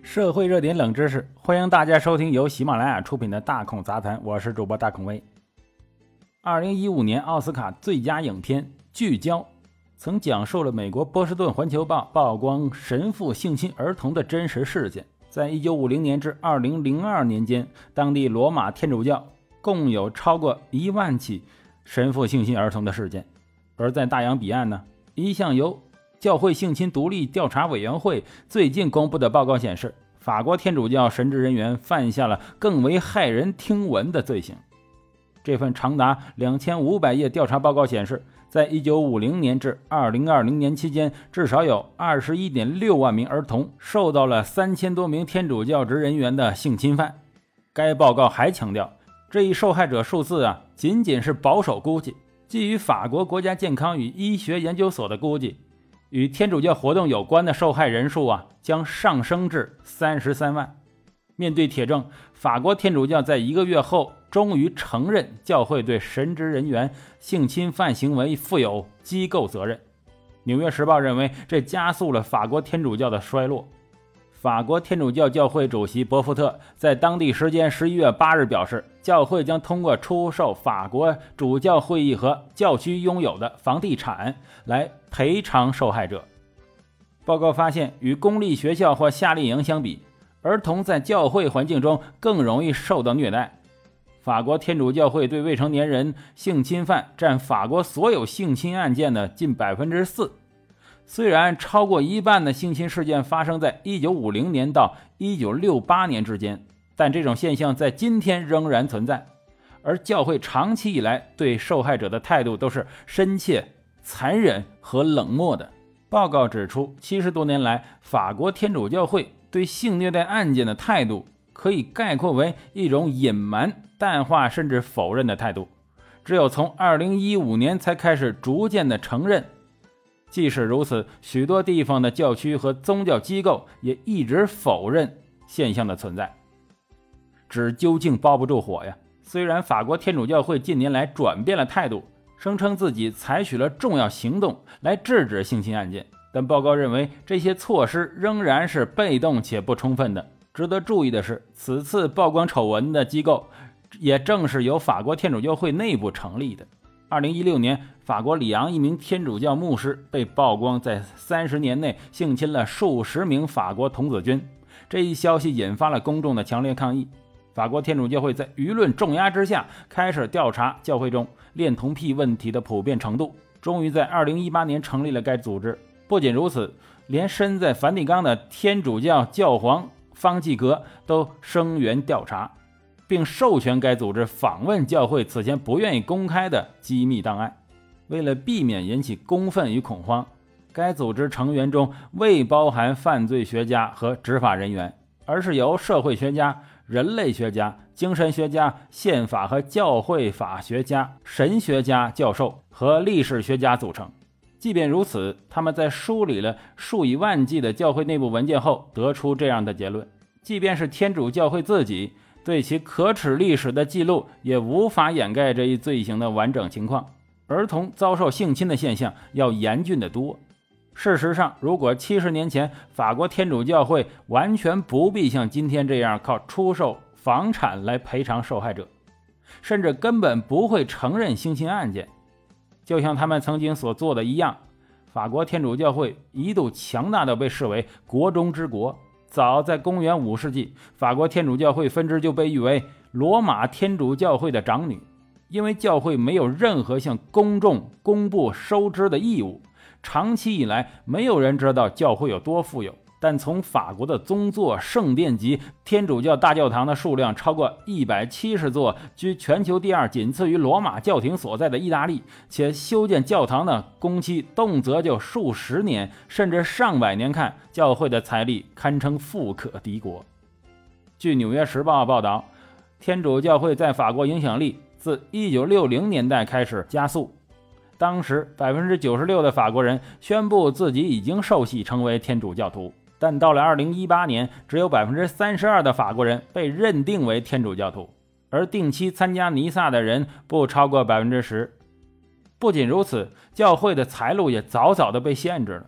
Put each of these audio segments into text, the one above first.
社会热点冷知识，欢迎大家收听由喜马拉雅出品的大孔杂谈，我是主播大孔威。2015年奥斯卡最佳影片《聚焦》曾讲述了美国波士顿环球报曝光神父性侵儿童的真实事件。在1950年至2002年间，当地罗马天主教共有超过1万起神父性侵儿童的事件。而在大洋彼岸呢，一项由教会性侵独立调查委员会最近公布的报告显示，法国天主教神职人员犯下了更为骇人听闻的罪行。这份长达2500页调查报告显示，在1950年至2020年期间，至少有 21.6 万名儿童受到了3000多名天主教职人员的性侵犯。该报告还强调，这一受害者数字仅仅是保守估计，基于法国国家健康与医学研究所的估计，与天主教活动有关的受害人数将上升至33万。面对铁证，法国天主教在1个月后终于承认教会对神职人员性侵犯行为负有机构责任。纽约时报认为，这加速了法国天主教的衰落。法国天主教教会主席伯福特在当地时间11月8日表示，教会将通过出售法国主教会议和教区拥有的房地产来赔偿受害者。报告发现，与公立学校或夏令营相比，儿童在教会环境中更容易受到虐待。法国天主教会对未成年人性侵犯占法国所有性侵案件的近 4%。虽然超过一半的性侵事件发生在1950年到1968年之间，但这种现象在今天仍然存在。而教会长期以来对受害者的态度都是深切、残忍和冷漠的。报告指出，70多年来，法国天主教会对性虐待案件的态度可以概括为一种隐瞒、淡化甚至否认的态度。只有从2015年才开始逐渐的承认。即使如此，许多地方的教区和宗教机构也一直否认现象的存在。纸究竟包不住火呀！虽然法国天主教会近年来转变了态度，声称自己采取了重要行动来制止性侵案件，但报告认为这些措施仍然是被动且不充分的。值得注意的是，此次曝光丑闻的机构也正是由法国天主教会内部成立的。2016年，法国里昂一名天主教牧师被曝光在30年内性侵了数十名法国童子军，这一消息引发了公众的强烈抗议。法国天主教会在舆论重压之下，开始调查教会中恋童癖问题的普遍程度，终于在2018年成立了该组织。不仅如此，连身在梵蒂冈的天主教教皇方济各都声援调查，并授权该组织访问教会此前不愿意公开的机密档案。为了避免引起公愤与恐慌，该组织成员中未包含犯罪学家和执法人员，而是由社会学家、人类学家、精神学家、宪法和教会法学家、神学家、教授和历史学家组成。即便如此，他们在梳理了数以万计的教会内部文件后，得出这样的结论：即便是天主教会自己对其可耻历史的记录，也无法掩盖这一罪行的完整情况。儿童遭受性侵的现象要严峻得多。事实上，如果70年前法国天主教会完全不必像今天这样靠出售房产来赔偿受害者，甚至根本不会承认性侵案件，就像他们曾经所做的一样，法国天主教会一度强大到被视为国中之国。早在公元5世纪，法国天主教会分支就被誉为罗马天主教会的长女。因为教会没有任何向公众公布收支的义务，长期以来没有人知道教会有多富有。但从法国的宗座、圣殿级天主教大教堂的数量超过170座，居全球第2，仅次于罗马教廷所在的意大利，且修建教堂的工期动辄就数十年甚至上百年看，教会的财力堪称富可敌国。据纽约时报报道，天主教会在法国影响力自1960年代开始加速，当时 96% 的法国人宣布自己已经受洗成为天主教徒，但到了2018年，只有 32% 的法国人被认定为天主教徒，而定期参加弥撒的人不超过 10%。不仅如此，教会的财路也早早的被限制了。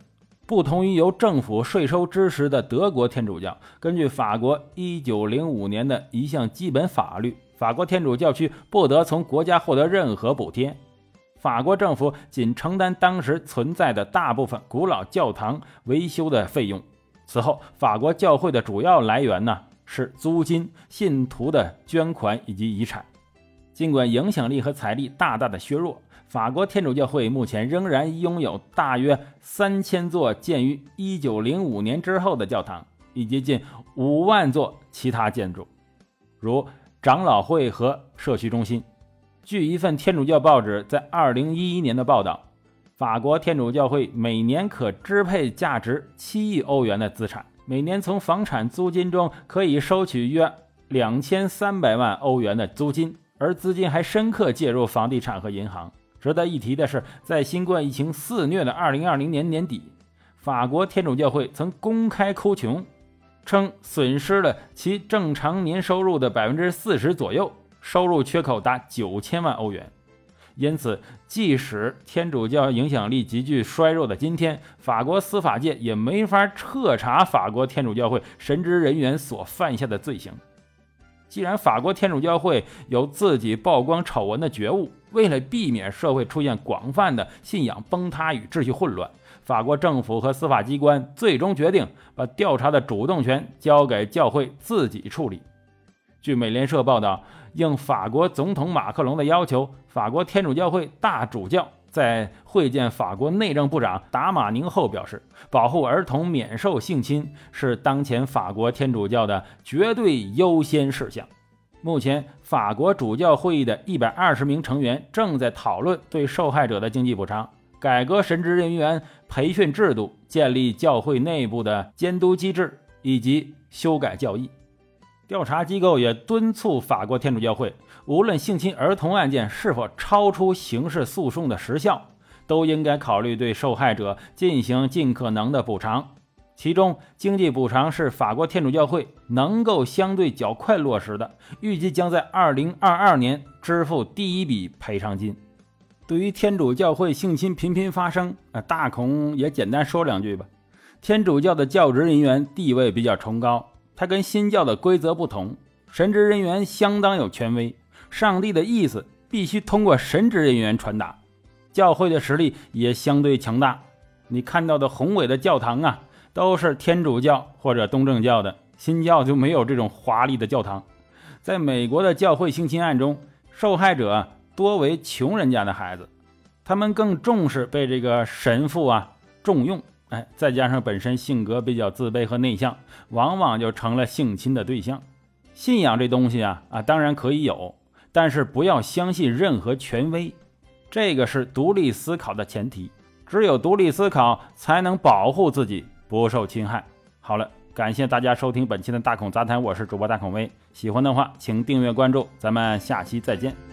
不同于由政府税收支持的德国天主教，根据法国1905年的一项基本法律，法国天主教区不得从国家获得任何补贴。法国政府仅承担当时存在的大部分古老教堂维修的费用。此后，法国教会的主要来源是租金、信徒的捐款以及遗产。尽管影响力和财力大大的削弱，法国天主教会目前仍然拥有大约3000座建于1905年之后的教堂，以及近5万座其他建筑，如长老会和社区中心。据一份天主教报纸在2011年的报道，法国天主教会每年可支配价值7亿欧元的资产，每年从房产租金中可以收取约2300万欧元的租金，而资金还深刻介入房地产和银行。值得一提的是，在新冠疫情肆虐的2020年年底，法国天主教会曾公开哭穷，称损失了其正常年收入的40%左右，收入缺口达9000万欧元。因此，即使天主教影响力急剧衰弱的今天，法国司法界也没法彻查法国天主教会神职人员所犯下的罪行。既然法国天主教会有自己曝光丑闻的觉悟，为了避免社会出现广泛的信仰崩塌与秩序混乱，法国政府和司法机关最终决定把调查的主动权交给教会自己处理。据美联社报道，应法国总统马克龙的要求，法国天主教会大主教在会见法国内政部长达马宁后表示，保护儿童免受性侵是当前法国天主教的绝对优先事项。目前，法国主教会议的120名成员正在讨论对受害者的经济补偿、改革神职人员培训制度、建立教会内部的监督机制以及修改教义。调查机构也敦促法国天主教会，无论性侵儿童案件是否超出刑事诉讼的时效，都应该考虑对受害者进行尽可能的补偿。其中，经济补偿是法国天主教会能够相对较快落实的，预计将在2022年支付第一笔赔偿金。对于天主教会性侵频频发生，大孔也简单说两句吧。天主教的教职人员地位比较崇高，它跟新教的规则不同，神职人员相当有权威，上帝的意思必须通过神职人员传达。教会的实力也相对强大，你看到的宏伟的教堂都是天主教或者东正教的，新教就没有这种华丽的教堂。在美国的教会性侵案中，受害者多为穷人家的孩子，他们更重视被这个神父重用，再加上本身性格比较自卑和内向，往往就成了性侵的对象。信仰这东西当然可以有，但是不要相信任何权威，这个是独立思考的前提，只有独立思考才能保护自己不受侵害。好了，感谢大家收听本期的大孔杂谈，我是主播大孔威，喜欢的话请订阅关注，咱们下期再见。